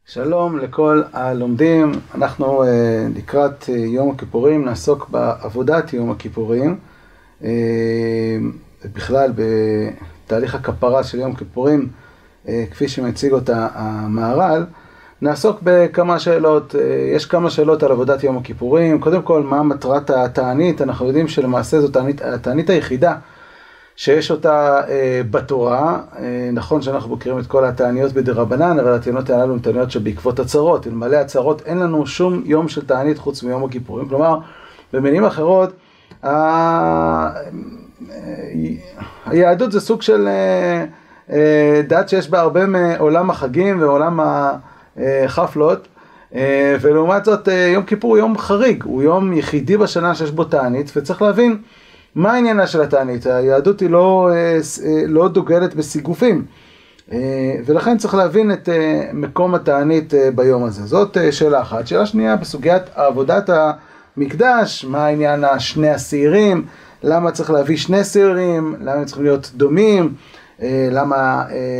שלום לכל הלומדים, אנחנו לקראת יום הכיפורים נעסוק בעבודת יום הכיפורים, בכלל בתהליך הכפרה של יום הכיפורים, כפי שמציג אותה המהר"ל. נעסוק בכמה שאלות, יש כמה שאלות על עבודת יום הכיפורים. קודם כל, מה מטרת התענית? אנחנו יודעים שלמעשה זו התענית היחידה שיש אותה בתורה. נכון שאנחנו מכירים את כל התעניות בדרבנן, אבל התעניות הללו הן תעניות שבעקבות הצרות. אלמלא הצרות אין לנו שום יום של תענית חוץ מיום הכיפורים. כלומר, במילים אחרות, היהדות זה סוג של דת שיש בה הרבה מעולם החגים ועולם החפלות, ולעומת זאת יום כיפור הוא יום חריג, הוא יום יחידי בשנה שיש בו תענית, וצריך להבין מה העניינה של התענית. היהדות היא לא דוגלת בסיגופים, ולכן צריך להבין את מקום התענית ביום הזה. זאת שאלה אחת. שאלה שנייה, בסוגיית עבודת המקדש, מה העניין שני השעירים, למה צריך להביא שני שעירים, למה הם צריכים להיות דומים, למה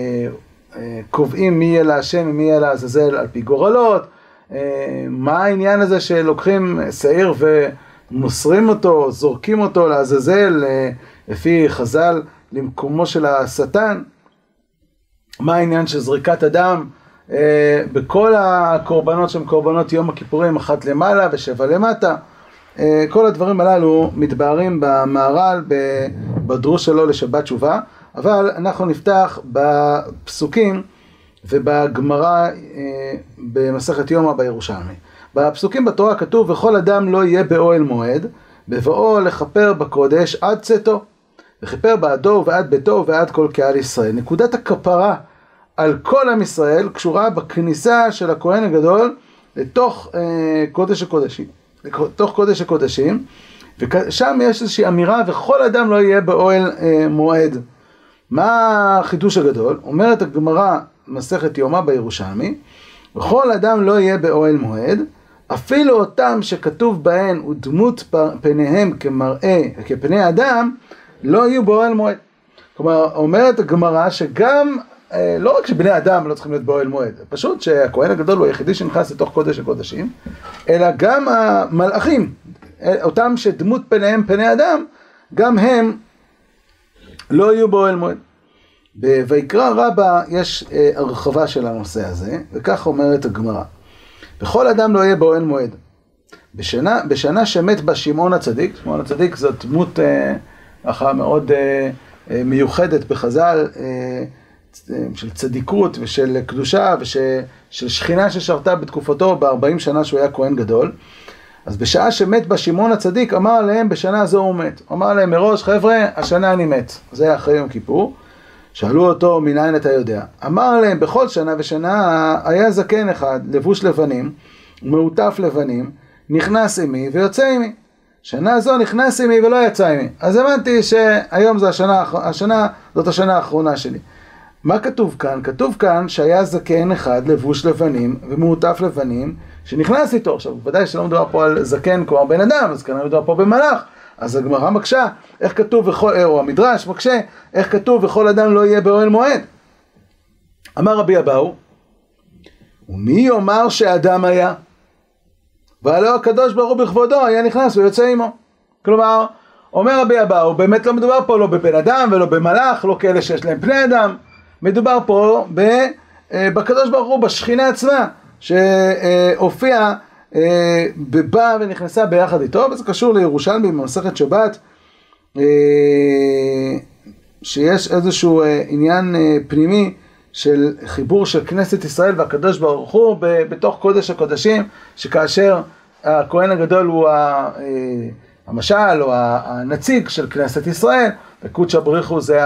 קובעים מי יהיה להשם ומי יהיה לעזאזל על פי גורלות, מה העניין הזה שלוקחים שעיר ומוסרים אותו, זורקים אותו לעזאזל לפי חז"ל למקומו של השטן, מה העניין של זריקת הדם בכל הקורבנות שהם קורבנות יום הכיפורים, אחת למעלה ושבע למטה. כל הדברים הללו מתבארים במהר"ל בדרוש שלו לשבת תשובה, אבל אנחנו נפתח בפסוקים ובגמרא במסכת יומא בירושלמי. בפסוקים בתורה כתוב: וכל אדם לא יהיה באוהל מועד בבואו לכפר בקודש עד צאתו, וכיפר בעדו ועד ביתו ועד כל קהל ישראל. נקודת הכפרה על כל עם ישראל קשורה בכניסה של הכהן הגדול לתוך קודש הקודשים, לתוך קודש הקודשים, ושם יש איזושהי אמירה: וכל אדם לא יהיה באוהל מועד. מה החידוש הגדול? אומרת הגמרא מסכת יומא בירושלמי: וכל אדם לא יהיה באוהל מועד, אפילו אותם שכתוב בהן ודמות פניהם כמראה כפני אדם לא יהיו באוהל מועד. כלומר, אומרת הגמרא שגם לא רק שבני אדם לא צריכים להיות באוהל מועד, פשוט שהכהן הגדול הוא היחידי שנכנס לתוך קודש הקודשים, אלא גם המלאכים, אותם שדמות פניהם פני אדם, גם הם לא יהיו באוהל מועד. בויקרא רבה יש הרחבה של הנושא הזה, וכך אומרת הגמרא: וכל אדם לא יהיה באוהל מועד בשנה שמת בה שמעון הצדיק. שמעון הצדיק זאת דמות מאוד מיוחדת בחז"ל, של צדיקות ושל קדושה ושל שכינה ששרתה בתקופתו ב-40 שנה שהוא היה כהן גדול. אז בשעה שמת בה שמעון הצדיק, אמר להם בשנה הזו הוא מת. אמר להם מראש: חבר'ה, השנה אני מת. זה היה אחרי יום כיפור. שאלו אותו: מניין אתה יודע? אמר להם: בכל שנה ושנה היה זקן אחד לבוש לבנים ומעוטף לבנים, נכנס עמי ויוצא עמי. שנה זו נכנס עמי ולא יצא עמי. אז הבנתי שהיום זו זאת השנה האחרונה שלי. מה כתוב כאן? כתוב כאן שהיה זקן אחד לבוש לבנים ומעוטף לבנים שנכנס איתו. עכשיו, ודאי שלא מדובר פה על זקן כמו בן אדם, אז כאן מדובר פה במלאך. אז הגמרא מקשה, איך כתוב, או המדרש מקשה, איך כתוב וכל אדם לא יהיה באוהל מועד? אמר רבי אבאו: ומי יאמר שאדם היה? והלא הקדוש ברוך הוא בכבודו היה נכנס ויוצא עמו. כלומר, אומר רבי אבאו, באמת לא מדובר פה לא בבן אדם ולא במלאך, לא כאלה שיש להם פני אדם. מדובר פה בקדוש ברוך הוא, בשכינה עצמה, שהופיעה באה ונכנסה ביחד איתו. וזה קשור לירושלמי במסכת שבת, שיש איזשהו עניין פנימי של חיבור של כנסת ישראל והקדוש ברוך הוא בתוך קודש הקודשים, שכאשר הכהן הגדול הוא המשל או הנציג של כנסת ישראל, וקודשא בריך הוא זה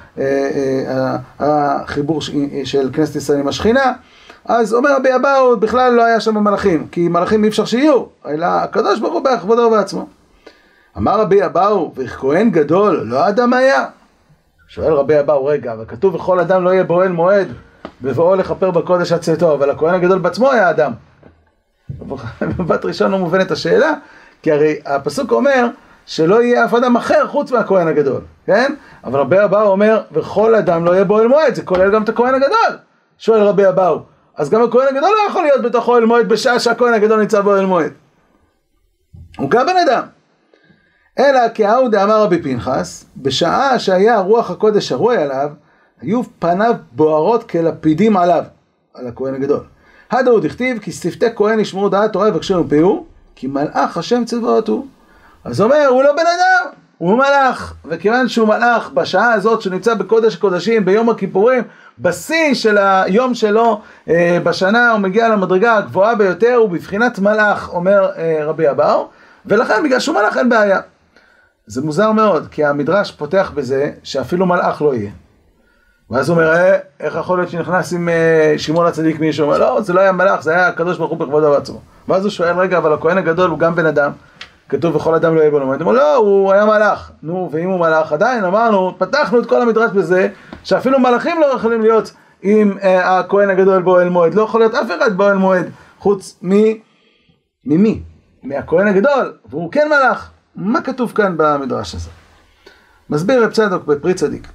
החיבור של כנסת ישראל עם השכינה. אז אומר רבי אבאו, בכלל לא היה שם מלאכים, כי מלאכים אי אפשר שיהיו, אלא הקדוש ברוך הוא בכבודו ובעצמו. אמר רבי אבאו: וכהן גדול לא אדם היה? שואל רבי אבאו: רגע, אבל כתוב וכל אדם לא יהיה באוהל מועד בבואו לכפר בקודש עד צאתו, אבל הכהן הגדול בעצמו היה אדם. בבת ראשון לא מובנת השאלה, כי הרי הפסוק אומר שלא יהיה אף אדם אחר חוץ מהכהן הגדול, כן? אבל רבי אבאו אומר וכל אדם לא יהיה באוהל מועד, זה כולל גם את הכהן הגדול. שואל רבי אבאו: אז גם הכהן הגדול לא יכול להיות בתוך אוהל מועד בשעה שהכהן הגדול נמצא באוהל מועד. הוא גם בן אדם. אלא כאהו דאמר רבי פנחס, בשעה שהיה רוח הקודש הרוי עליו, היו פניו בוערות כלפידים עליו, על הכהן הגדול. הדאו דכתיב, כי שפתי כהן ישמעו דעת תורה יבקשו מפיהו, כי מלאך השם צבאות הוא. אז אומר, הוא לא בן אדם, הוא מלאך. וכיוון שהוא מלאך בשעה הזאת שנמצא בקודש הקודשים, ביום הכיפורים, בשיא של היום שלו בשנה, הוא מגיע למדרגה הגבוהה ביותר, הוא בבחינת מלאך, אומר רבי אבאו, ולכן בגלל שהוא מלאך אין בעיה. זה מוזר מאוד, כי המדרש פותח בזה שאפילו מלאך לא יהיה. ואז הוא אומר, איך יכול להיות שנכנס עם שמעון הצדיק מישהו? הוא אומר, לא, זה לא היה מלאך, זה היה הקדוש ברוך הוא בכבודו ובעצמו. ואז הוא שואל, רגע, אבל הכהן הגדול הוא גם בן אדם, כתוב וכל אדם לא יהיה באוהל מועד. הוא אומר, לא, הוא היה מלאך. נו, ואם הוא מלאך, עדיין אמרנו, פתחנו את כל המדרש בזה, שאפילו מלאכים לא יכולים להיות עם הכהן הגדול באוהל מועד. לא יכול להיות אף אחד באוהל מועד, חוץ ממי? מהכהן הגדול, והוא כן מלאך. מה כתוב כאן במדרש הזה? מסביר רב צדוק בפרי צדיק.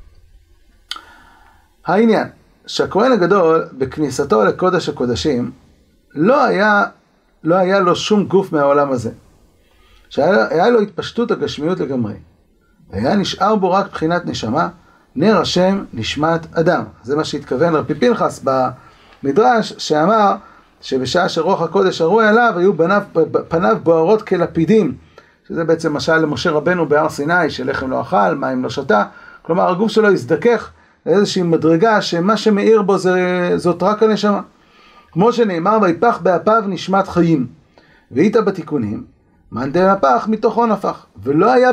העניין, שהכהן הגדול בכניסתו לקודש הקודשים, לא היה לו שום גוף מהעולם הזה. שהיה לו התפשטות הגשמיות לגמרי. היה נשאר בו רק בחינת נשמה, נר השם נשמת אדם. זה מה שהתכוון רבי פנחס במדרש, שאמר שבשעה שרוח הקודש הרוי עליו, היו פניו בוערות כלפידים. שזה בעצם משל למשה רבנו בהר סיני, שלחם לא אכל, מים לא שתה. כלומר, הגוף שלו הזדכך לאיזושהי מדרגה שמה שמאיר בו זאת רק הנשמה. כמו שנאמר, ויפח באפיו נשמת חיים. והיית בתיקונים, מאן דנפח מתוכו נפח. ולא היה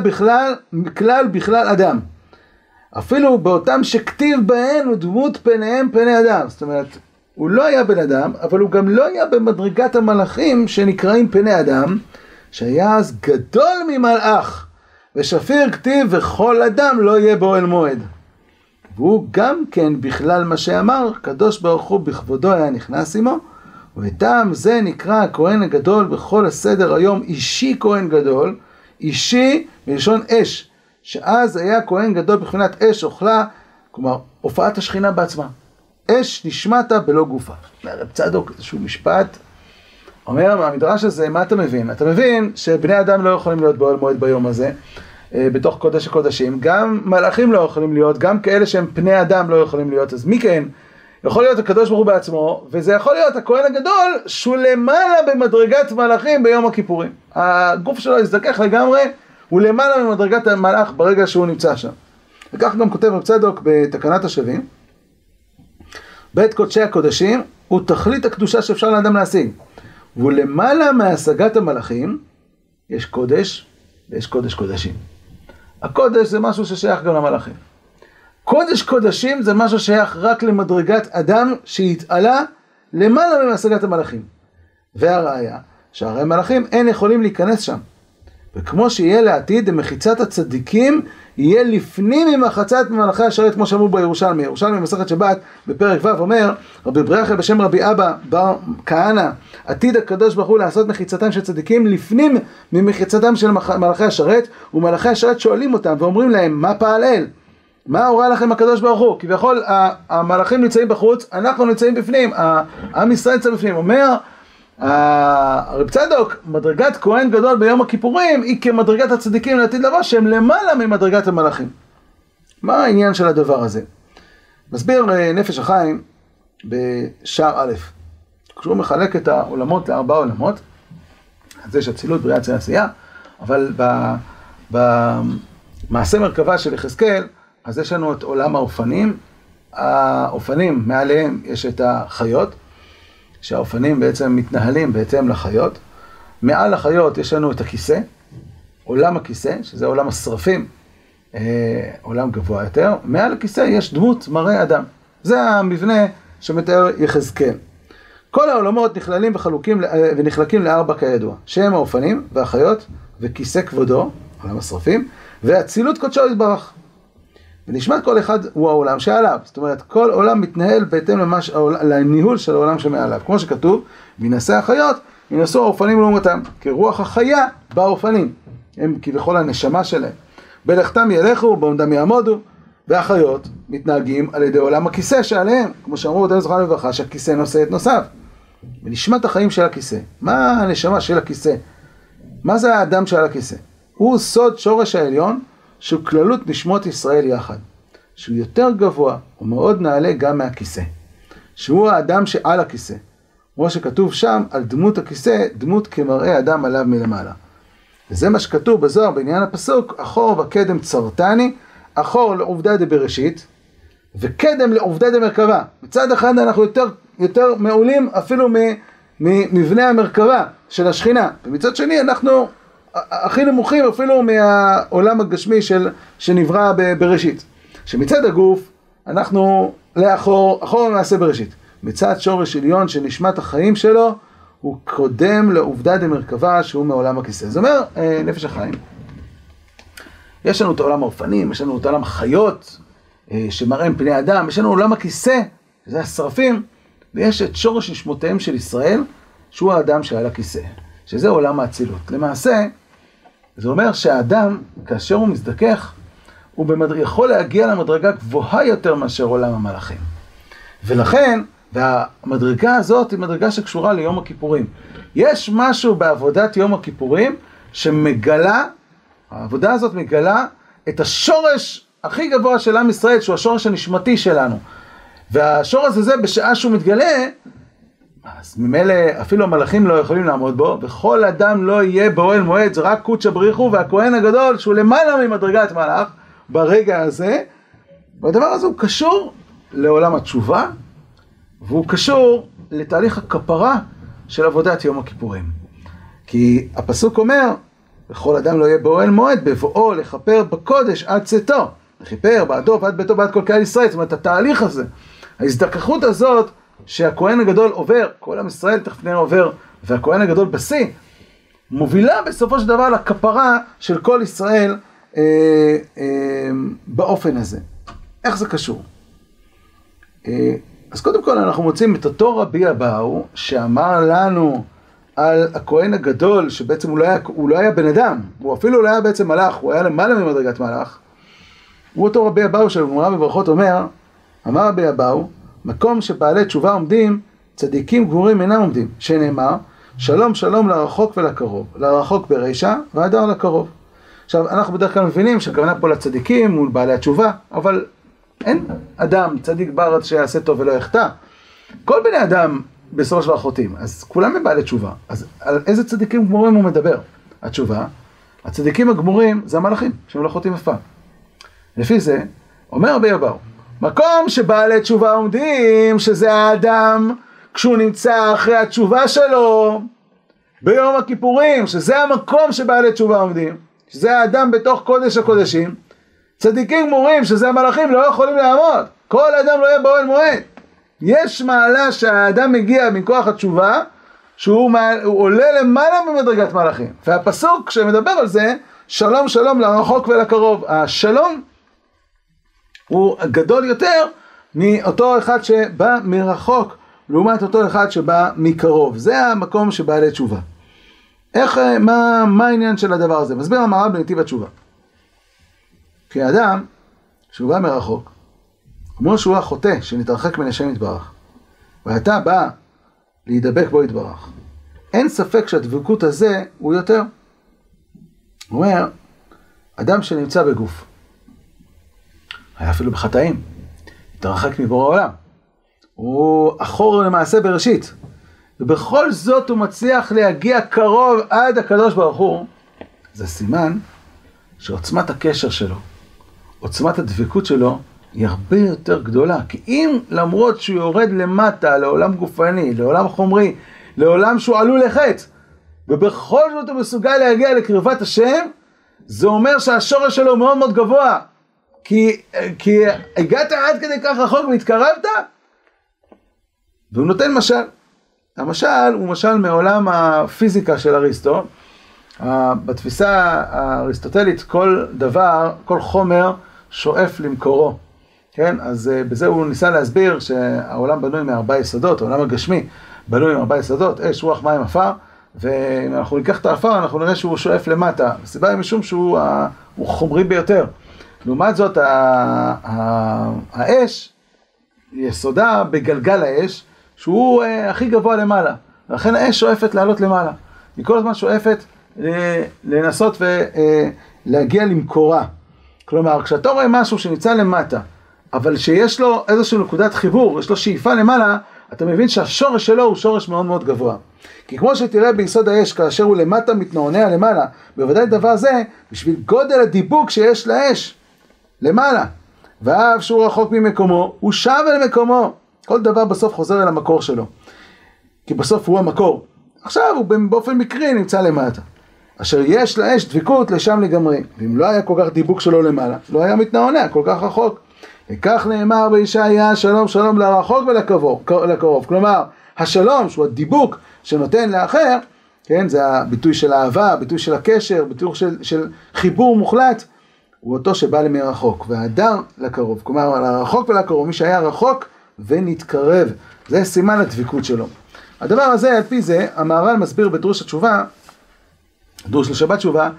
בכלל אדם. אפילו באותם שכתיב בהן ודמות פניהם פני אדם. זאת אומרת, הוא לא היה בן אדם, אבל הוא גם לא היה במדרגת המלאכים שנקראים פני אדם, שהיה אז גדול ממלאך. ושפיר כתיב וכל אדם לא יהיה באוהל מועד. והוא גם כן בכלל מה שאמר, קדוש ברוך הוא בכבודו היה נכנס עמו, וטעם זה נקרא הכהן הגדול בכל הסדר היום אישי כהן גדול, אישי מלשון אש, שאז היה כהן גדול בבחינת אש אוכלה, כלומר הופעת השכינה בעצמה. אש נשמתה בלא גופה. רב צדוק, איזשהו משפט, אומר מהמדרש הזה, מה אתה מבין? אתה מבין שבני אדם לא יכולים להיות באוהל מועד ביום הזה, בתוך קודש הקודשים, גם מלאכים לא יכולים להיות, גם כאלה שהם פני אדם לא יכולים להיות, אז מי כן? יכול להיות הקדוש ברוך הוא בעצמו, וזה יכול להיות הכהן הגדול שהוא למעלה במדרגת מלאכים ביום הכיפורים. הגוף שלו יזדכך לגמרי, הוא למעלה במדרגת המלאך ברגע שהוא נמצא שם. וכך גם כותב רב צדוק בתקנת השבים, בית קודשי הקודשים הוא תכלית הקדושה שאפשר לאדם להשיג. והוא למעלה מהשגת המלאכים, יש קודש ויש קודש קודשים. הקודש זה משהו ששייך גם למלאכים. קודש קודשים זה משהו שייך רק למדרגת אדם שהתעלה למעלה מהשגת המלאכים. והראיה, שהרי מלאכים אין יכולים להיכנס שם. וכמו שיהיה לעתיד, מחיצת הצדיקים יהיה לפנים ממחצת מלאכי השרת, כמו שאמרו בירושלמי. ירושלמי מסכת שבת בפרק ו' אומר, רבי ברכיה בשם רבי אבא בר כהנא, עתיד הקדוש ברוך הוא לעשות מחיצתם של צדיקים לפנים ממחיצתם של מלאכי השרת, ומלאכי השרת שואלים אותם ואומרים להם, מה פעל אל? מה הורא לכם הקדוש ברוך הוא? כביכול המלאכים נמצאים בחוץ, אנחנו נמצאים בפנים, עם ישראל נמצא בפנים. אומר רב צדוק, מדרגת כהן גדול ביום הכיפורים היא כמדרגת הצדיקים לעתיד לבוא, שהם למעלה ממדרגת המלאכים. מה העניין של הדבר הזה? מסביר נפש החיים בשער א', כשהוא מחלק את העולמות לארבעה עולמות, אז יש אצילות, בריאה, צלם, עשייה, אבל במעשה מרכבה של יחזקאל, אז יש לנו את עולם האופנים. האופנים, מעליהם יש את החיות, שהאופנים בעצם מתנהלים בהתאם לחיות. מעל החיות יש לנו את הכיסא, עולם הכיסא, שזה עולם השרפים, עולם גבוה יותר. מעל הכיסא יש דמות מראה אדם. זה המבנה שמתאר יחזקאל. כל העולמות נכללים ונחלקים לארבע כידוע, שהם האופנים והחיות וכיסא כבודו, עולם השרפים, ואצילות קודשו יתברך. ונשמת כל אחד הוא העולם שעליו. זאת אומרת, כל עולם מתנהל בהתאם לניהול של העולם שמעליו. כמו שכתוב, מנסה החיות, מנסו האופנים לעומתם, כרוח החיה באופנים. הם כביכול הנשמה שלהם. בלכתם ילכו, בעומדם יעמודו, והחיות מתנהגים על ידי עולם הכיסא שעליהם, כמו שאמרו אותנו זכרנו לברכה, שהכיסא נושא את נוסף. ונשמת החיים של הכיסא. מה הנשמה של הכיסא? מה זה האדם שעל הכיסא? הוא סוד שורש העליון, שהוא כללות נשמות ישראל יחד. שהוא יותר גבוה ומאוד נעלה גם מהכיסא. שהוא האדם שעל הכיסא. כמו שכתוב שם על דמות הכיסא, דמות כמראה אדם עליו מלמעלה. וזה מה שכתוב בזוהר בעניין הפסוק, אחור וקדם צרתני, אחור לעובדה דבראשית, וקדם לעובדה דמרכבה. מצד אחד אנחנו יותר מעולים אפילו ממבנה המרכבה של השכינה, ומצד שני אנחנו הכי נמוכים אפילו מהעולם הגשמי שנברא בראשית. שמצד הגוף אנחנו אחור למעשה בראשית. מצד שורש עליון שנשמת החיים שלו, הוא קודם לעובדה דמרכבה שהוא מעולם הכיסא. זאת אומרת, נפש החיים. יש לנו את עולם האופנים, יש לנו את עולם החיות, שמראים פני אדם, יש לנו עולם הכיסא, שזה השרפים, ויש את שורש נשמותיהם של ישראל, שהוא האדם שעל הכיסא, שזה עולם האצילות. למעשה, זה אומר שהאדם, כאשר הוא מזדכך, הוא יכול להגיע למדרגה גבוהה יותר מאשר עולם המלאכים. ולכן, והמדרגה הזאת היא מדרגה שקשורה ליום הכיפורים. יש משהו בעבודת יום הכיפורים שמגלה, העבודה הזאת מגלה את השורש הכי גבוה של עם ישראל, שהוא השורש הנשמתי שלנו. והשורש הזה בשעה שהוא מתגלה, אז ממילא אפילו המלאכים לא יכולים לעמוד בו, וכל אדם לא יהיה באוהל מועד, זה רק קודש בריחו והכהן הגדול, שהוא למעלה ממדרגת מלאך, ברגע הזה, והדבר הזה הוא קשור לעולם התשובה, והוא קשור לתהליך הכפרה של עבודת יום הכיפורים. כי הפסוק אומר, וכל אדם לא יהיה באוהל מועד, בבואו לכפר בקודש עד צאתו, לכפר בעדו ועד ביתו ועד כל קהל ישראל. זאת אומרת, התהליך הזה, ההזדככות הזאת, שהכהן הגדול עובר, כל עם ישראל תכף נראה עובר, והכהן הגדול בשיא, מובילה בסופו של דבר לכפרה של כל ישראל באופן הזה. איך זה קשור? אז קודם כל אנחנו מוצאים את אותו רבי אבאו, שאמר לנו על הכהן הגדול, שבעצם הוא לא היה בן אדם, הוא אפילו לא היה בעצם מלאך, הוא היה למעלה ממדרגת מלאך. הוא אותו רבי אבאו שבגמרא בברכות אומר, אמר רבי אבאו, מקום שבעלי תשובה עומדים, צדיקים גמורים אינם עומדים, שנאמר, שלום שלום לרחוק ולקרוב, לרחוק ברישא והדר לקרוב. עכשיו, אנחנו בדרך כלל מבינים שהכוונה פה לצדיקים מול בעלי התשובה, אבל אין אדם צדיק בארץ שיעשה טוב ולא יחטא. כל בני אדם בסופו של דבר חוטאים, אז כולם הם בעלי תשובה. אז על איזה צדיקים גמורים הוא מדבר? התשובה, הצדיקים הגמורים זה המלאכים, שהם לא חוטאים אף פעם. לפי זה, אומר רבי אבאו, מקום שבעלי תשובה עומדים, שזה האדם, כשהוא נמצא אחרי התשובה שלו, ביום הכיפורים, שזה המקום שבעלי תשובה עומדים, שזה האדם בתוך קודש הקודשים, צדיקים גמורים, שזה המלאכים, לא יכולים לעמוד. כל אדם לא יהיה באוהל מועד. יש מעלה שהאדם מגיע מכוח התשובה, שהוא עולה למעלה ממדרגת מלאכים. והפסוק שמדבר על זה, שלום שלום לרחוק ולקרוב. השלום הוא גדול יותר מאותו אחד שבא מרחוק, לעומת אותו אחד שבא מקרוב. זה המקום שבעלי תשובה. מה העניין של הדבר הזה? מסביר המהר"ל בנתיב התשובה. כי האדם, שהוא בא מרחוק, כמו שהוא החוטא שנתרחק מן השם יתברך, ואתה בא להידבק בו יתברך, אין ספק שהדבקות הזה הוא יותר. הוא אומר, אדם שנמצא בגוף, היה אפילו בחטאים, התרחק מבורא העולם, הוא אחור למעשה בראשית, ובכל זאת הוא מצליח להגיע קרוב עד הקדוש ברוך הוא. זה סימן שעוצמת הקשר שלו, עוצמת הדבקות שלו, היא הרבה יותר גדולה. כי אם למרות שהוא יורד למטה לעולם גופני, לעולם חומרי, לעולם שהוא עלול לחטא, ובכל זאת הוא מסוגל להגיע לקרבת השם, זה אומר שהשורש שלו מאוד מאוד גבוה. כי הגעת עד כדי כך רחוק והתקרבת, והוא נותן משל. המשל הוא משל מעולם הפיזיקה של אריסטו. בתפיסה האריסטוטלית כל דבר, כל חומר שואף למקורו. כן? אז בזה הוא ניסה להסביר שהעולם בנוי מארבעה יסודות, העולם הגשמי בנוי מארבעה יסודות, אש, רוח, מים, עפר, ואם אנחנו ניקח את העפר אנחנו נראה שהוא שואף למטה. הסיבה היא משום שהוא חומרי ביותר. לעומת זאת, האש, יסודה בגלגל האש, שהוא הכי גבוה למעלה. ולכן האש שואפת לעלות למעלה. היא כל הזמן שואפת לנסות ולהגיע למקורה. כלומר, כשאתה רואה משהו שנמצא למטה, אבל שיש לו איזושהי נקודת חיבור, יש לו שאיפה למעלה, אתה מבין שהשורש שלו הוא שורש מאוד מאוד גבוה. כי כמו שתראה ביסוד האש, כאשר הוא למטה מתנענע למעלה, בוודאי דבר זה, בשביל גודל הדיבוק שיש לאש למעלה. ואף שהוא רחוק ממקומו, הוא שב אל מקומו. כל דבר בסוף חוזר אל המקור שלו. כי בסוף הוא המקור. עכשיו הוא באופן מקרי נמצא למטה. אשר יש לאש דביקות לשם לגמרי. ואם לא היה כל כך דיבוק שלו למעלה, לא היה מתנענע כל כך רחוק. וכך נאמר בישעיה, שלום שלום לרחוק ולקרוב. כלומר, השלום שהוא הדיבוק שנותן לאחר, כן, זה הביטוי של האהבה, הביטוי של הקשר, ביטוי של חיבור מוחלט, הוא אותו שבא למרחוק, וההדר לקרוב. כלומר, לרחוק ולקרוב, מי שהיה רחוק ונתקרב. זה סימן הדביקות שלו. הדבר הזה, על פי זה, המהר"ל מסביר בדרוש התשובה, דרוש לשבת תשובה,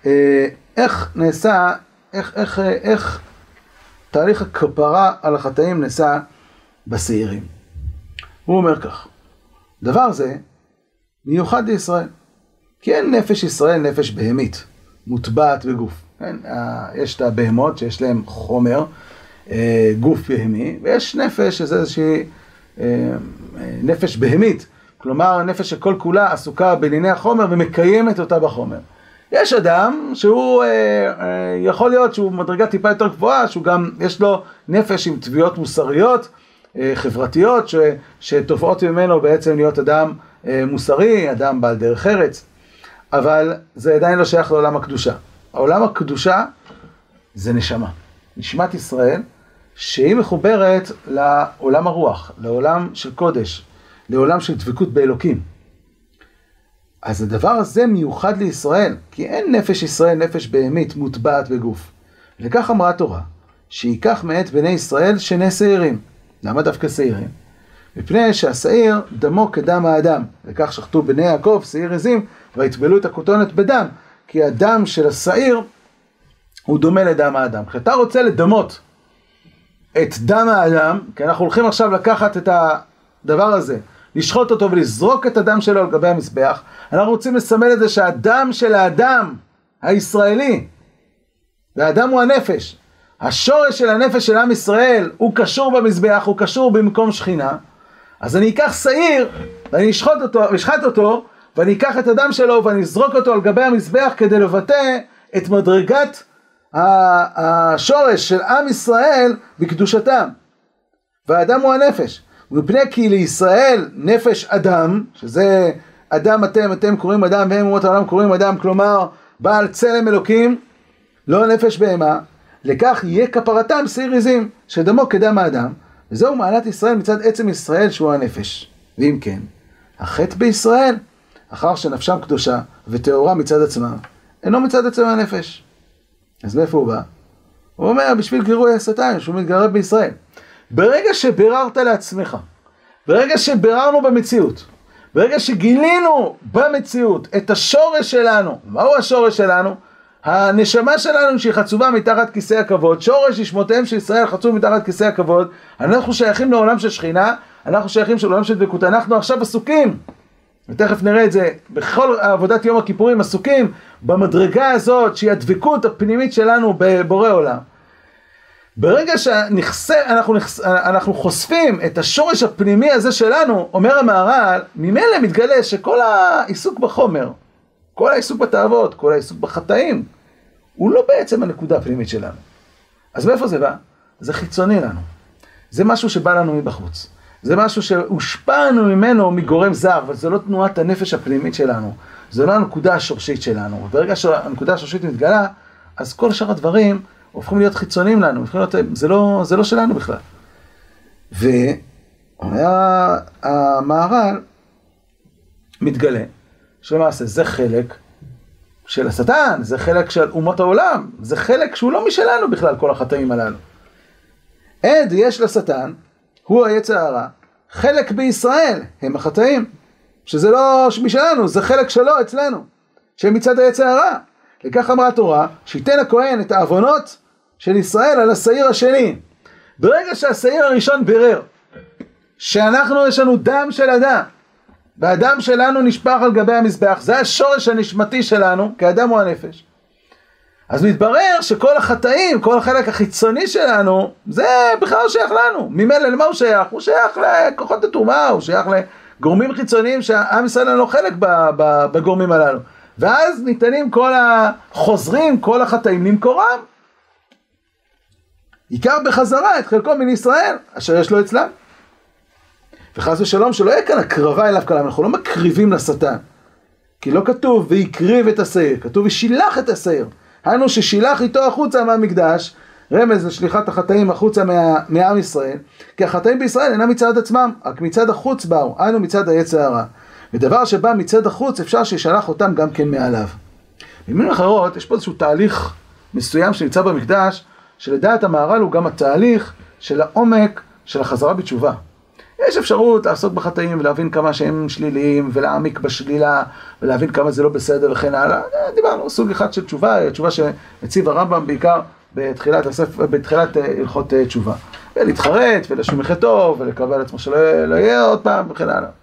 איך נעשה, איך תהליך הכפרה על החטאים נעשה בשעירים. הוא אומר כך, דבר זה מיוחד לישראל, כי אין נפש ישראל נפש בהמית, מוטבעת בגוף. כן? יש את הבהמות שיש להם חומר, גוף בהמי, ויש נפש שזה איזושהי נפש בהמית, כלומר נפש שכל כולה עסוקה בענייני החומר ומקיימת אותה בחומר. יש אדם שהוא יכול להיות שהוא מדרגה טיפה יותר גבוהה, שהוא גם יש לו נפש עם תביעות מוסריות, חברתיות, שתופעות ממנו בעצם להיות אדם מוסרי, אדם בעל דרך ארץ, אבל זה עדיין לא שייך לעולם הקדושה. העולם הקדושה זה נשמה, נשמת ישראל, שהיא מחוברת לעולם הרוח, לעולם של קודש, לעולם של דבקות באלוקים. אז הדבר הזה מיוחד לישראל, כי אין נפש ישראל נפש בהמית מוטבעת בגוף. לכך אמרה התורה, שיקח מאת בני ישראל שני שעירים. למה דווקא שעירים? מפני שהשעיר דמו כדם האדם, וכך שחטו בני יעקב שעיר עזים, והטבלו את הכותונת בדם, כי הדם של השעיר הוא דומה לדם האדם. כשאתה רוצה לדמות את דם האדם, כי אנחנו הולכים עכשיו לקחת את הדבר הזה, לשחוט אותו ולזרוק את הדם שלו על גבי המזבח, אנחנו רוצים לסמל את זה שהדם של האדם הישראלי, והאדם הוא הנפש, השורש של הנפש של עם ישראל הוא קשור במזבח, הוא קשור במקום שכינה, אז אני אקח שעיר ואני אשחט אותו ואני אקח את הדם שלו ואני אזרוק אותו על גבי המזבח כדי לבטא את מדרגת השורש של עם ישראל בקדושתם. והאדם הוא הנפש. ומפני כי לישראל נפש אדם, שזה אדם אתם קוראים אדם והם אומות העולם קוראים אדם, כלומר בעל צלם אלוקים, לא נפש בהמה, לכך יהיה כפרתם שעיר עזים, שדמו כדם האדם, וזהו מעלת ישראל מצד עצם ישראל שהוא הנפש. ואם כן, החטא בישראל, אחר שנפשם קדושה וטהורה מצד עצמם, אינו מצד עצם הנפש. אז מאיפה הוא בא? הוא אומר, בשביל גירוי השטן, שהוא מתגרב בישראל. ברגע שביררת לעצמך, ברגע שביררנו במציאות, ברגע שגילינו במציאות את השורש שלנו, מהו השורש שלנו? הנשמה שלנו שהיא חצובה מתחת כיסא הכבוד, שורש נשמותיהם של ישראל חצוב מתחת כיסא הכבוד, אנחנו שייכים לעולם של שכינה, אנחנו שייכים לעולם של דבקות, אנחנו עכשיו עסוקים, ותכף נראה את זה, בכל עבודת יום הכיפורים עסוקים במדרגה הזאת שהיא הדבקות הפנימית שלנו בבורא עולם. ברגע שאנחנו חושפים את השורש הפנימי הזה שלנו, אומר המהר"ל, ממילא מתגלה שכל העיסוק בחומר, כל העיסוק בתאוות, כל העיסוק בחטאים, הוא לא בעצם הנקודה הפנימית שלנו. אז מאיפה זה בא? זה חיצוני לנו. זה משהו שבא לנו מבחוץ. זה משהו שהושפענו ממנו מגורם זר, אבל זה לא תנועת הנפש הפנימית שלנו. זה לא הנקודה השורשית שלנו. וברגע שהנקודה השורשית מתגלה, אז כל שאר הדברים הופכים להיות חיצוניים לנו. זה לא שלנו בכלל. והמהר"ל מתגלה. שלמעשה זה חלק של השטן, זה חלק של אומות העולם, זה חלק שהוא לא משלנו בכלל, כל החטאים הללו. עד יש לשטן, הוא היצר הרע, חלק בישראל, הם החטאים, שזה לא משלנו, זה חלק שלו אצלנו, שהם מצד היצר הרע. לכך אמרה התורה, שיתן הכהן את העוונות של ישראל על השעיר השני. ברגע שהשעיר הראשון בירר שאנחנו יש לנו דם של אדם, והדם שלנו נשפך על גבי המזבח, זה השורש הנשמתי שלנו, כי האדם הוא הנפש. אז מתברר שכל החטאים, כל החלק החיצוני שלנו, זה בכלל לא שייך לנו. ממילא למה הוא שייך? הוא שייך לכוחות התרומה, הוא שייך לגורמים חיצוניים שהעם ישראל אין לו חלק בגורמים הללו. ואז ניתנים כל החוזרים, כל החטאים למקורם. עיקר בחזרה את חלקו מן ישראל, אשר יש לו אצלם. וחס ושלום שלא יהיה כאן הקרבה אליו כלם, אנחנו לא מקריבים לשטן. כי לא כתוב ויקריב את השעיר, כתוב ושילח את השעיר. היינו ששילח איתו החוצה מהמקדש, רמז לשליחת החטאים החוצה מעם ישראל, כי החטאים בישראל אינם מצד עצמם, רק מצד החוץ באו, היינו מצד היצר הרע. ודבר שבא מצד החוץ אפשר שישלח אותם גם כן מעליו. במילים אחרות, יש פה איזשהו תהליך מסוים שנמצא במקדש, שלדעת המהר"ל הוא גם התהליך של העומק של החזרה בתשובה. יש אפשרות לעסוק בחטאים ולהבין כמה שהם שליליים ולהעמיק בשלילה ולהבין כמה זה לא בסדר וכן הלאה. דיברנו סוג אחד של תשובה, תשובה שמציב הרמב"ם בעיקר בתחילת הלכות תשובה. ולהתחרט ולשום מחטוא ולקבל עצמו שלא יהיה עוד פעם וכן הלאה.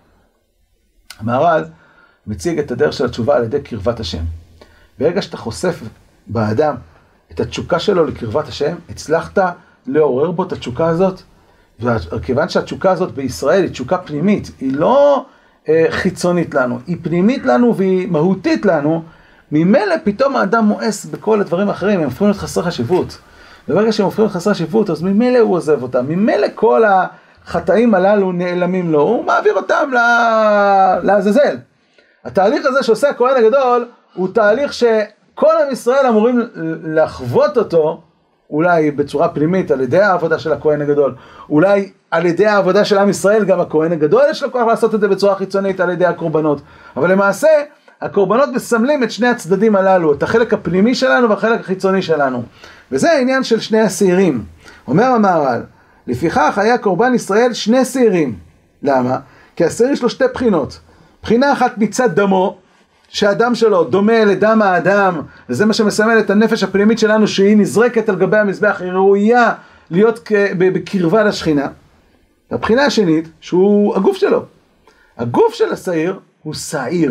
המהר"ל מציג את הדרך של התשובה על ידי קרבת השם. ברגע שאתה חושף באדם את התשוקה שלו לקרבת השם, הצלחת לעורר בו את התשוקה הזאת, וכיוון שהתשוקה הזאת בישראל היא תשוקה פנימית, היא לא חיצונית לנו, היא פנימית לנו והיא מהותית לנו, ממילא פתאום האדם מואס בכל הדברים האחרים, הם הופכים להיות חסרי חשיבות. וברגע שהם הופכים להיות חסרי חשיבות, אז ממילא הוא עוזב אותם, ממילא כל החטאים הללו נעלמים לו, הוא מעביר אותם לעזאזל. התהליך הזה שעושה הכהן הגדול, הוא תהליך שכל עם ישראל אמורים לחוות אותו, אולי בצורה פנימית על ידי העבודה של הכהן הגדול, אולי על ידי העבודה של עם ישראל, גם הכהן הגדול יש לו כוח לעשות את זה בצורה חיצונית על ידי הקורבנות. אבל למעשה, הקורבנות מסמלים את שני הצדדים הללו, את החלק הפנימי שלנו והחלק החיצוני שלנו. וזה העניין של שני השעירים. אומר המהר"ל, לפיכך היה קורבן ישראל שני שעירים. למה? כי השעיר יש לו שתי בחינות. בחינה אחת מצד דמו, שהדם שלו דומה לדם האדם, וזה מה שמסמל את הנפש הפנימית שלנו, שהיא נזרקת על גבי המזבח, היא ראויה להיות בקרבה לשכינה. הבחינה השנית, שהוא הגוף שלו. הגוף של השעיר הוא שעיר.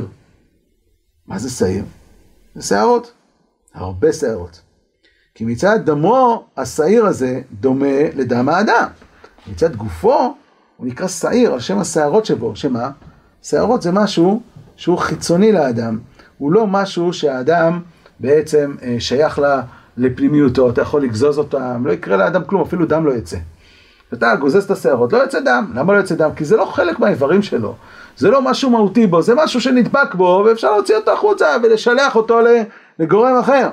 מה זה שעיר? זה שערות. הרבה שערות. כי מצד דמו, השעיר הזה דומה לדם האדם. מצד גופו, הוא נקרא שעיר, על שם השערות שבו. שמה? שערות זה משהו שהוא חיצוני לאדם. הוא לא משהו שהאדם בעצם שייך לפנימיותו. אתה יכול לגזוז אותם, לא יקרה לאדם כלום, אפילו דם לא יצא. אתה גוזז את השערות, לא יוצא דם. למה לא יוצא דם? כי זה לא חלק מהאיברים שלו. זה לא משהו מהותי בו, זה משהו שנדבק בו, ואפשר להוציא אותו החוצה ולשלח אותו לגורם אחר.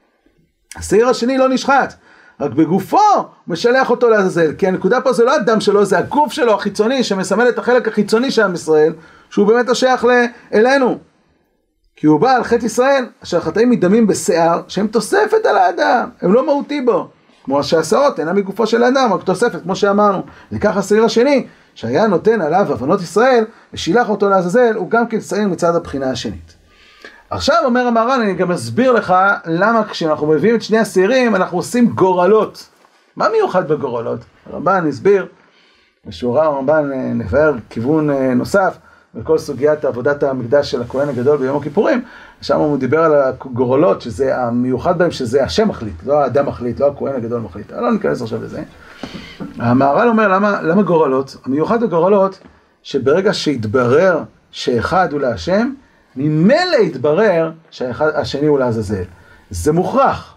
השעיר השני לא נשחט, רק בגופו משלח אותו לעזאזל, כי הנקודה פה זה לא הדם שלו, זה הגוף שלו החיצוני, שמסמל את החלק החיצוני של עם ישראל, שהוא באמת השייך אלינו. כי הוא בא על חטא ישראל, אשר החטאים מדמים בשיער, שהם תוספת על האדם, הם לא מהותי בו. כמו שהשערות אינם מגופו של האדם, רק תוספת, כמו שאמרנו. וכך השעיר השני, שהיה נותן עליו עוונות ישראל, ושילח אותו לעזאזל, הוא גם כן שעיר מצד הבחינה השנית. עכשיו אומר המהר"ל, אני גם אסביר לך למה כשאנחנו מביאים את שני השעירים, אנחנו עושים גורלות. מה מיוחד בגורלות? הרמב"ן הסביר, בשיעוריו הרמב"ן נבהר כיוון נוסף, בכל סוגיית עבודת המקדש של הכהן הגדול ביום הכיפורים, שם הוא דיבר על הגורלות, שזה המיוחד בהם, שזה השם מחליט, לא האדם מחליט, לא הכהן הגדול מחליט. לא ניכנס עכשיו לזה. המהר"ל אומר, למה גורלות? המיוחד בגורלות, שברגע שהתברר שאחד הוא להשם, ממילא התברר שהשני הוא לעזאזל. זה מוכרח.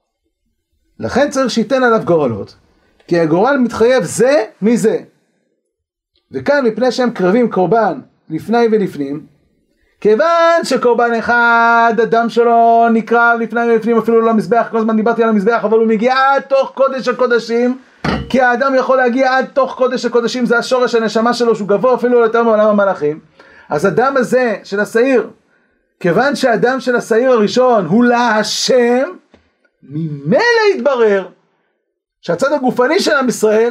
לכן צריך שייתן עליו גורלות, כי הגורל מתחייב זה מזה. וכאן מפני שהם קרבים קורבן לפני ולפנים, כיוון שקורבן אחד, הדם שלו נקרב לפני ולפנים, אפילו לא למזבח, כל הזמן דיברתי על המזבח, אבל הוא מגיע עד תוך קודש הקודשים, כי האדם יכול להגיע עד תוך קודש הקודשים, זה השורש הנשמה שלו, שהוא גבוה אפילו יותר מעולם המלאכים. אז הדם הזה של השעיר, כיוון שהדם של השעיר הראשון הוא להשם, ממילא יתברר שהצד הגופני של עם ישראל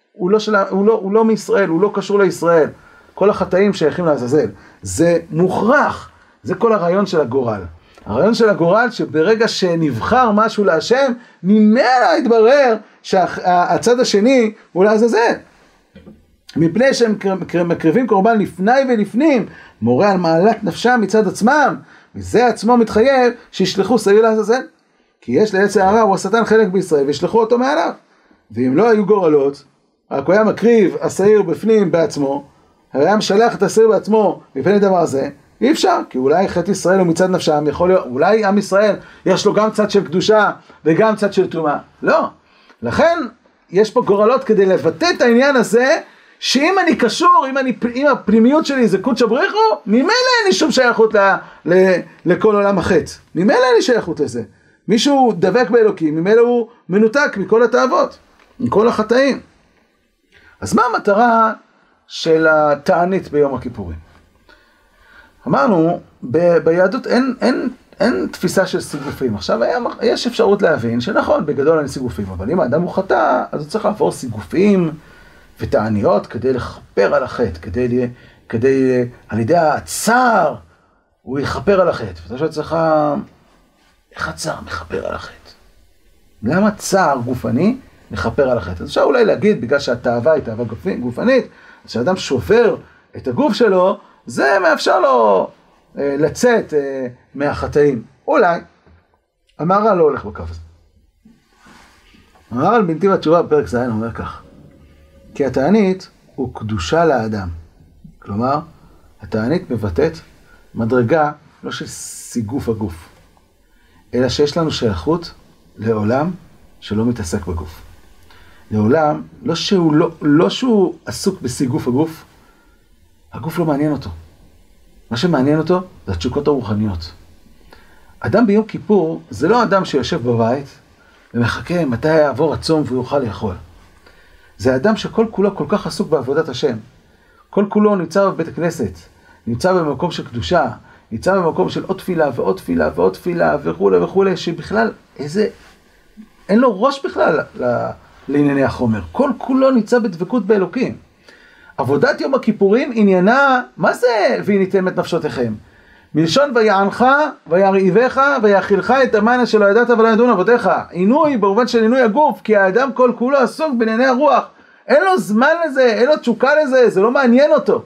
הוא לא מישראל, הוא לא קשור לישראל. כל החטאים שייכים לעזאזל. זה מוכרח, זה כל הרעיון של הגורל. הרעיון של הגורל שברגע שנבחר משהו להשם, ממילא יתברר שהצד השני הוא לעזאזל. מפני שהם מקריבים קורבן לפני ולפנים, מורה על מעלת נפשם מצד עצמם, מזה עצמו מתחייב שישלחו שעיר לעזאזל. כי יש ליצר הרע הוא השטן חלק בישראל וישלחו אותו מעליו. ואם לא היו גורלות, רק הוא היה מקריב השעיר בפנים בעצמו, היה משלח את השעיר בעצמו מפני דבר הזה, אי אפשר, כי אולי חטא ישראל הוא מצד נפשם, יכול להיות, אולי עם ישראל יש לו גם צד של קדושה וגם צד של טומאה. לא. לכן יש פה גורלות כדי לבטא את העניין הזה, שאם אני קשור, אם הפנימיות שלי זה קודש בריחו, ממילא אין לי שום שייכות לכל עולם החטא. ממילא אין לי שייכות לזה. מישהו דבק באלוקים, ממילא הוא מנותק מכל התאוות, מכל החטאים. אז מה המטרה של התענית ביום הכיפורים? אמרנו, ביהדות אין תפיסה של סיגופים. עכשיו יש אפשרות להבין שנכון, בגדול אין סיגופים, אבל אם האדם הוא חטא, אז הוא צריך לעבור סיגופים ותעניות כדי לכפר על החטא, כדי על ידי הצער הוא יכפר על החטא. ואתה שואל צריך, איך הצער מכפר על החטא? למה צער גופני מכפר על החטא? אז אפשר אולי להגיד, בגלל שהתאווה היא תאווה גופנית, אז כשאדם שובר את הגוף שלו, זה מאפשר לו לצאת מהחטאים. אולי. המהר"ל לא הולך בקו הזה. המהר"ל בנתיב התשובה בפרק ז' אומר כך, כי התענית הוא קדושה לאדם. כלומר, התענית מבטאת מדרגה לא של סיגוף הגוף, אלא שיש לנו שייכות לעולם שלא מתעסק בגוף. לעולם, לא שהוא עסוק בסיגוף הגוף, הגוף לא מעניין אותו. מה שמעניין אותו זה התשוקות הרוחניות. אדם ביום כיפור זה לא אדם שיושב בבית ומחכה מתי יעבור הצום והוא יוכל לאכול. זה אדם שכל כולו כל כך עסוק בעבודת השם. כל כולו נמצא בבית הכנסת, נמצא במקום של קדושה, נמצא במקום של עוד תפילה ועוד תפילה ועוד תפילה וכו' וכו', שבכלל אין לו ראש בכלל לענייני החומר. כל כולו נמצא בדבקות באלוקים. עבודת יום הכיפורים עניינה, מה זה ועיניתם את נפשותיכם? מלשון ויענך, וירעיבך, ויאכילך את המנה שלא ידעת ולא ידעון עבדיך. עינוי, במובן של עינוי הגוף, כי האדם כל כולו עסוק בענייני הרוח. אין לו זמן לזה, אין לו תשוקה לזה, זה לא מעניין אותו.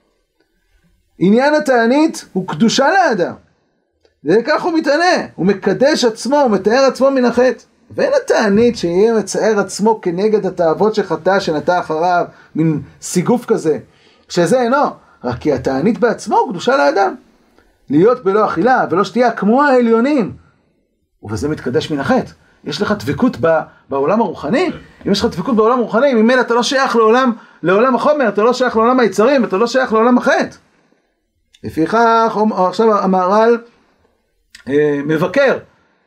עניין התענית הוא קדושה לאדם. וכך הוא מתענה, הוא מקדש עצמו, הוא מתאר עצמו מן החטא. ואין התענית שיהיה מצער עצמו כנגד התאוות שחטא שנטע אחריו, מין סיגוף כזה, שזה אינו, רק כי התענית בעצמו הוא קדושה לאדם. להיות בלא אכילה ולא שתייה כמו העליונים, ובזה מתקדש מן החטא. יש לך דבקות בעולם הרוחני? אם יש לך דבקות בעולם הרוחני, ממילא אתה לא שייך לעולם החומר, אתה לא שייך לעולם היצרים, אתה לא שייך לעולם החטא. לפיכך, עכשיו המהר"ל מבקר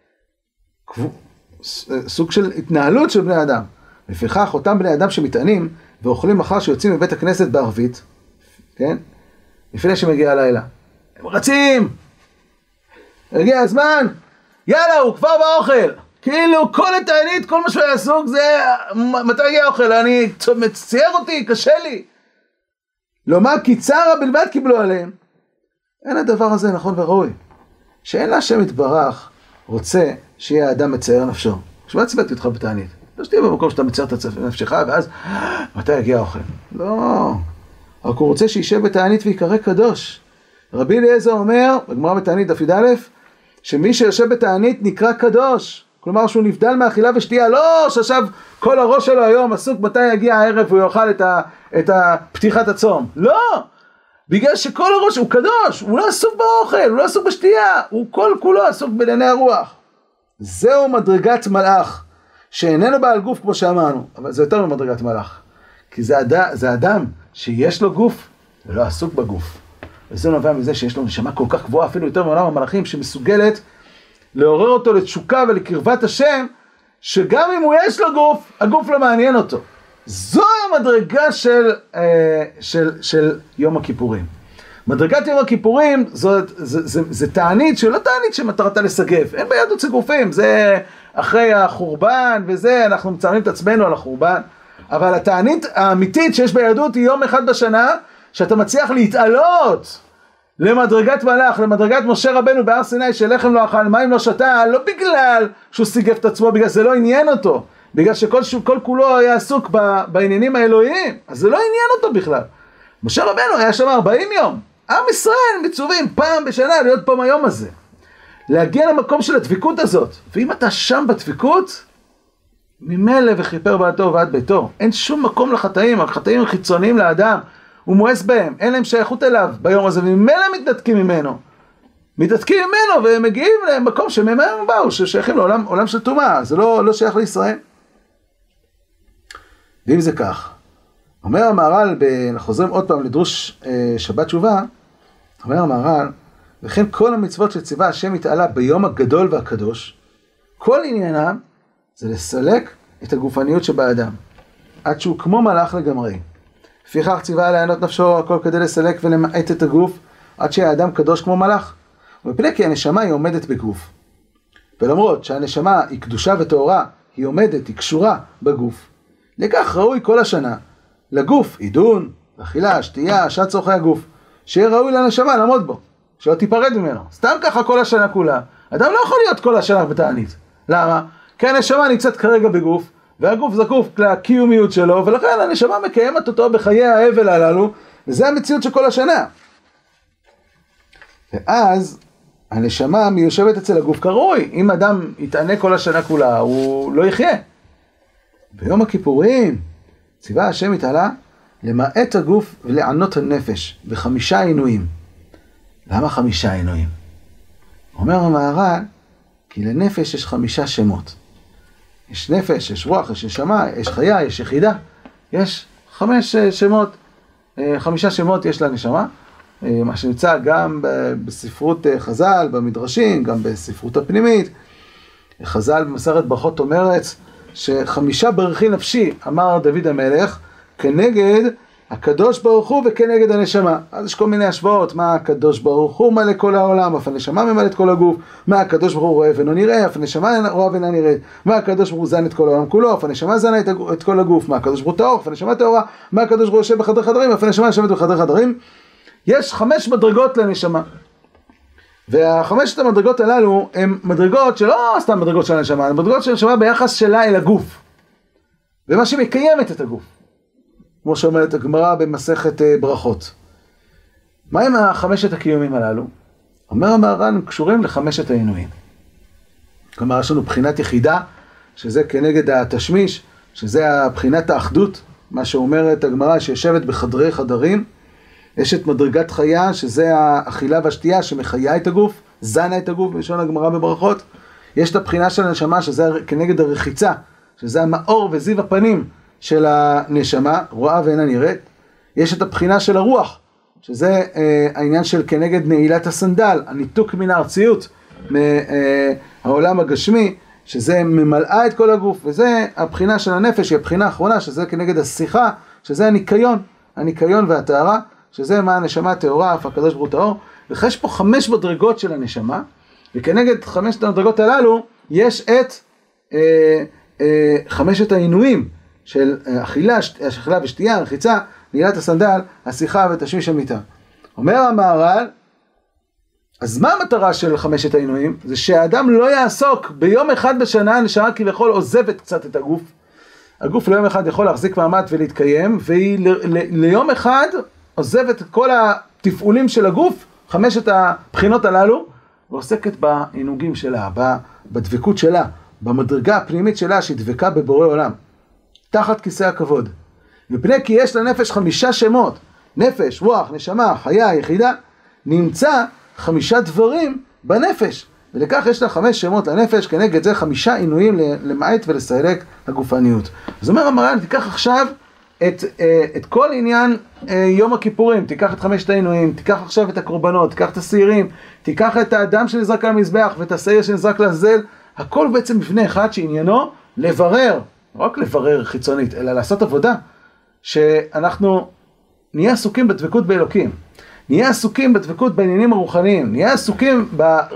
סוג של התנהלות של בני אדם. לפיכך, אותם בני אדם שמתענים ואוכלים אחר שיוצאים מבית הכנסת בערבית, כן? לפני שמגיע הלילה. הם רצים! הגיע הזמן! יאללה, הוא כבר באוכל! כאילו, כל התענית, כל מה שהוא יעסוק זה, מתי יגיע האוכל? אני מצייר אותי, קשה לי. לומר, כי צער בלבד קיבלו עליהם. אין הדבר הזה נכון וראוי. שאין להשם יתברך רוצה שיהיה האדם מצייר נפשו. כשמה ציוויתי אותך בתענית? לא שתהיה במקום שאתה מצייר את נפשך, ואז, מתי יגיע האוכל? לא. רק הוא רוצה שישב בתענית ויקרא קדוש. רבי אליעזר אומר, בגמרא בתענית דף י"א, שמי שיושב בתענית נקרא קדוש. כלומר שהוא נבדל מאכילה ושתייה, לא שעכשיו כל הראש שלו היום עסוק מתי יגיע הערב והוא יאכל את פתיחת הצום. לא! בגלל שכל הראש הוא קדוש, הוא לא עסוק באוכל, הוא לא עסוק בשתייה, הוא כל כולו עסוק בענייני הרוח. זהו מדרגת מלאך, שאיננו בעל גוף כמו שאמרנו, אבל זה יותר ממדרגת מלאך. כי זה אדם שיש לו גוף ולא עסוק בגוף. וזה נובע מזה שיש לו נשמה כל כך גבוהה, אפילו יותר מעולם המלאכים, שמסוגלת לעורר אותו לתשוקה ולקרבת השם, שגם אם הוא יש לו גוף, הגוף לא מעניין אותו. זו המדרגה של יום הכיפורים. מדרגת יום הכיפורים זה תענית שלא תענית שמטרתה לסגף. אין ביהדות סיגופים, זה אחרי החורבן וזה, אנחנו מציירים את עצמנו על החורבן. אבל התענית האמיתית שיש ביהדות היא יום אחד בשנה, שאתה מצליח להתעלות למדרגת מלאך, למדרגת משה רבנו בהר סיני של לחם לא אכל, מים לא שתה, לא בגלל שהוא סיגף את עצמו, בגלל זה לא עניין אותו, בגלל שכל כולו היה עסוק בעניינים האלוהיים, אז זה לא עניין אותו בכלל. משה רבנו היה שם 40 יום, עם ישראל מצווים פעם בשנה להיות פה מהיום הזה, להגיע למקום של הדביקות הזאת, ואם אתה שם בדביקות, ממילא וכיפר בעתו ועד ביתו, אין שום מקום לחטאים, החטאים חיצוניים לאדם, הוא מואס בהם, אין להם שייכות אליו ביום הזה, וממילא מתנתקים ממנו, והם מגיעים למקום שממנו הם באו, ששייכים לעולם של טומאה, זה לא שייך לישראל. ואם זה כך, אומר המהר"ל, אנחנו חוזרים עוד פעם לדרוש שבת תשובה, אומר המהר"ל, וכן כל המצוות שציווה השם יתעלה ביום הגדול והקדוש, כל עניינם זה לסלק את הגופניות שבאדם, עד שהוא כמו מלאך לגמרי. לפיכך ציווה לענות נפשו הכל כדי לסלק ולמעט את הגוף, עד שהאדם קדוש כמו מלאך. ומפני כי הנשמה היא עומדת בגוף. ולמרות שהנשמה היא קדושה וטהורה, היא עומדת, היא קשורה בגוף. לכך ראוי כל השנה, לגוף, עידון, אכילה, שתייה, שעת צורכי הגוף, שיהיה ראוי לנשמה לעמוד בו, שלא תיפרד ממנו. סתם ככה כל השנה כולה. אדם לא יכול להיות כל השנה בתענית. למה? כי הנשמה נמצאת כרגע בגוף, והגוף זקוף לקיומיות שלו, ולכן הנשמה מקיימת אותו בחיי האבל הללו, וזה המציאות של כל השנה. ואז הנשמה מיושבת אצל הגוף כראוי. אם אדם יתענה כל השנה כולה, הוא לא יחיה. ביום הכיפורים ציווה השם יתעלה למעט הגוף ולענות הנפש ב5 עינויים. למה 5 עינויים? אומר המהר"ל, כי לנפש יש 5 שמות. יש נפש, יש רוח, יש נשמה, יש חיה, יש יחידה. יש 5 שמות. 5 שמות יש לנשמה. מה שנמצא גם בספרות חז"ל, במדרשים, גם בספרות הפנימית. חז"ל במסכת ברכות אומרת ש5 ברכי נפשי, אמר דוד המלך, כנגד הקדוש ברוך הוא וכנגד הנשמה. אז יש כל מיני השוואות, מה הקדוש ברוך הוא מלא כל העולם, אף הנשמה ממלא את כל הגוף, מה הקדוש ברוך הוא רואה ואינו נראה, אף הנשמה רואה ואינה נראית, מה הקדוש ברוך הוא זן את כל העולם כולו, אף הנשמה זנה את כל הגוף, מה הקדוש ברוך הוא טהור, אף הנשמה טהורה, מה הקדוש ברוך הוא יושב בחדרי חדרים, אף הנשמה יושבת בחדרי חדרים. יש 5 מדרגות לנשמה. וה5 המדרגות הללו הן מדרגות שלא סתם מדרגות של הנשמה, הן מדרגות של הנשמה ביחס שלה אל הגוף. ומה שמקיימת את הגוף. כמו שאומרת הגמרא במסכת ברכות. מה עם 5 הקיומים הללו? אומר המהר"ל, הם קשורים ל5 העינויים. כלומר, יש לנו בחינת יחידה, שזה כנגד התשמיש, שזה בחינת האחדות, מה שאומרת הגמרא שיושבת בחדרי חדרים. יש את מדרגת חיה, שזה האכילה והשתייה שמחיה את הגוף, זנה את הגוף, בלשון הגמרא בברכות. יש את הבחינה של הנשמה, שזה כנגד הרחיצה, שזה המאור וזיו הפנים של הנשמה, רואה ואינה נראית. יש את הבחינה של הרוח, שזה העניין של כנגד נעילת הסנדל, הניתוק מן הארציות, מהעולם הגשמי, שזה ממלאה את כל הגוף, וזה הבחינה של הנפש, היא הבחינה האחרונה, שזה כנגד השיחה, שזה הניקיון והטהרה, שזה מה הנשמה הטהורה, אף הקדוש ברוך הוא טהור. ויש פה 5 מדרגות של הנשמה, וכנגד 5 המדרגות הללו, יש את 5 העינויים של אכילה ושתייה, רחיצה, נעילת הסנדל, השיחה ותשמיש המיטה. אומר המהר"ל, אז מה המטרה של 5 העינויים? זה שהאדם לא יעסוק ביום אחד בשנה, הנשמה כביכול עוזבת קצת את הגוף. הגוף ליום אחד יכול להחזיק מעמד ולהתקיים, והיא ליום אחד עוזבת את כל התפעולים של הגוף, 5 הבחינות הללו, ועוסקת בעינוגים שלה, בדבקות שלה, במדרגה הפנימית שלה שדבקה בבורא עולם, תחת כיסא הכבוד. מפני כי יש לנפש 5 שמות, נפש, רוח, נשמה, חיה, יחידה, נמצא 5 דברים בנפש, ולכך יש לה 5 שמות לנפש, כנגד זה 5 עינויים למעט ולסלק הגופניות. אז אומר המהר"ל, תיקח עכשיו את כל עניין יום הכיפורים, תיקח את 5 העינויים, תיקח עכשיו את הקורבנות, תיקח את השעירים, תיקח את האדם שנזרק על המזבח ואת השעיר שנזרק לעזאזל, הכל בעצם בפני אחד שעניינו לברר, לא רק לברר חיצונית, אלא לעשות עבודה, שאנחנו נהיה עסוקים בדבקות באלוקים, נהיה עסוקים בדבקות בעניינים הרוחניים, נהיה עסוקים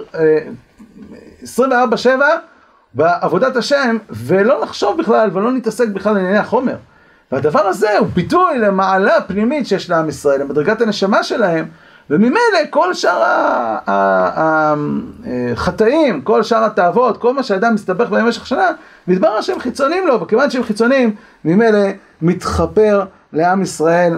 ב-24/7 בעבודת השם, ולא לחשוב בכלל ולא נתעסק בכלל לענייני החומר. והדבר הזה הוא ביטוי למעלה פנימית שיש לעם ישראל, למדרגת הנשמה שלהם, וממילא כל שאר החטאים, כל שאר התאוות, כל מה שהאדם מסתבך במשך שנה, מתברר שהם חיצוניים לו, וכיוון שהם חיצוניים, ממילא מתחפר לעם ישראל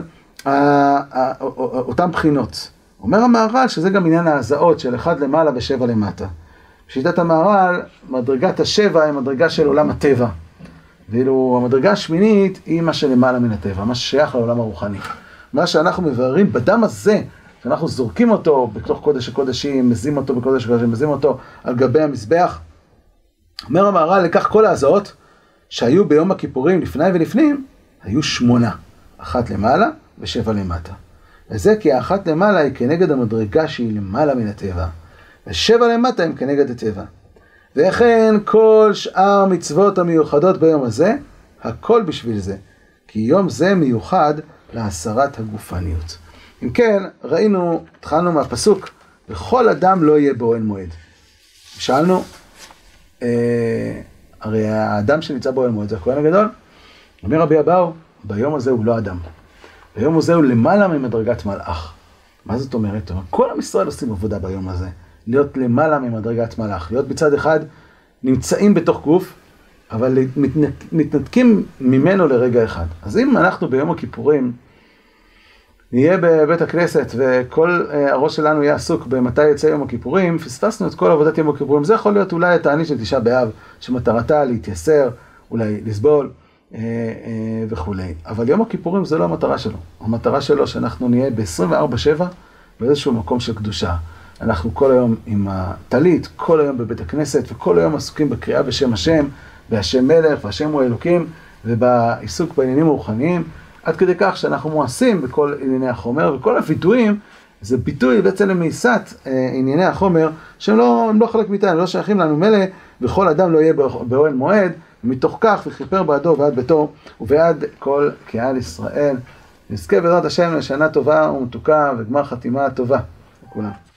אותם בחינות. אומר המהר"ל שזה גם עניין ההזעות של אחד למעלה ושבע למטה. בשיטת המהר"ל, מדרגת השבע היא מדרגה של עולם הטבע. ואילו המדרגה השמינית היא מה שלמעלה מן הטבע, מה ששייך לעולם הרוחני. מה שאנחנו מבארים בדם הזה, שאנחנו זורקים אותו בתוך קודש הקודשים, מזים אותו בקודש הקודשים, מזים אותו על גבי המזבח. אומר המהר"ל, לכך כל ההזעות שהיו ביום הכיפורים לפני ולפנים, היו 8. 1 למעלה ו7 למטה. וזה כי האחת למעלה היא כנגד המדרגה שהיא למעלה מן הטבע, ו7 למטה הם כנגד הטבע. וכן כל שאר מצוות המיוחדות ביום הזה, הכל בשביל זה. כי יום זה מיוחד להסרת הגופניות. אם כן, ראינו, התחלנו מהפסוק, וכל אדם לא יהיה באוהל מועד. שאלנו, הרי האדם שנמצא באוהל מועד זה הכהן הגדול. אומר רבי אבאו, ביום הזה הוא לא אדם. ביום הזה הוא למעלה ממדרגת מלאך. מה זאת אומרת? כל עם ישראל עושים עבודה ביום הזה. להיות למעלה ממדרגת מלאך. להיות בצד אחד נמצאים בתוך גוף, אבל מתנתקים ממנו לרגע אחד. אז אם אנחנו ביום הכיפורים נהיה בבית הכנסת וכל הראש שלנו יהיה עסוק במתי יצא יום הכיפורים, פספסנו את כל עבודת יום הכיפורים. זה יכול להיות אולי התענית של תשעה באב, שמטרתה להתייסר, אולי לסבול וכו'. אבל יום הכיפורים זה לא המטרה שלו. המטרה שלו שאנחנו נהיה ב-24/7 באיזשהו מקום של קדושה. אנחנו כל היום עם הטלית, כל היום בבית הכנסת, וכל היום עסוקים בקריאה בשם השם, והשם מלך, והשם הוא אלוקים, ובעיסוק בעניינים הרוחניים, עד כדי כך שאנחנו מואסים בכל ענייני החומר, וכל הביטויים, זה ביטוי בעצם למעיסת ענייני החומר, שהם לא חלק מאיתנו, לא שייכים לנו מלא, וכל אדם לא יהיה באוהל מועד, ומתוך כך וכיפר בעדו ועד ביתו, ובעד כל קהל ישראל. נזכה בעזרת השם לשנה טובה ומתוקה, וגמר חתימה טובה לכולם.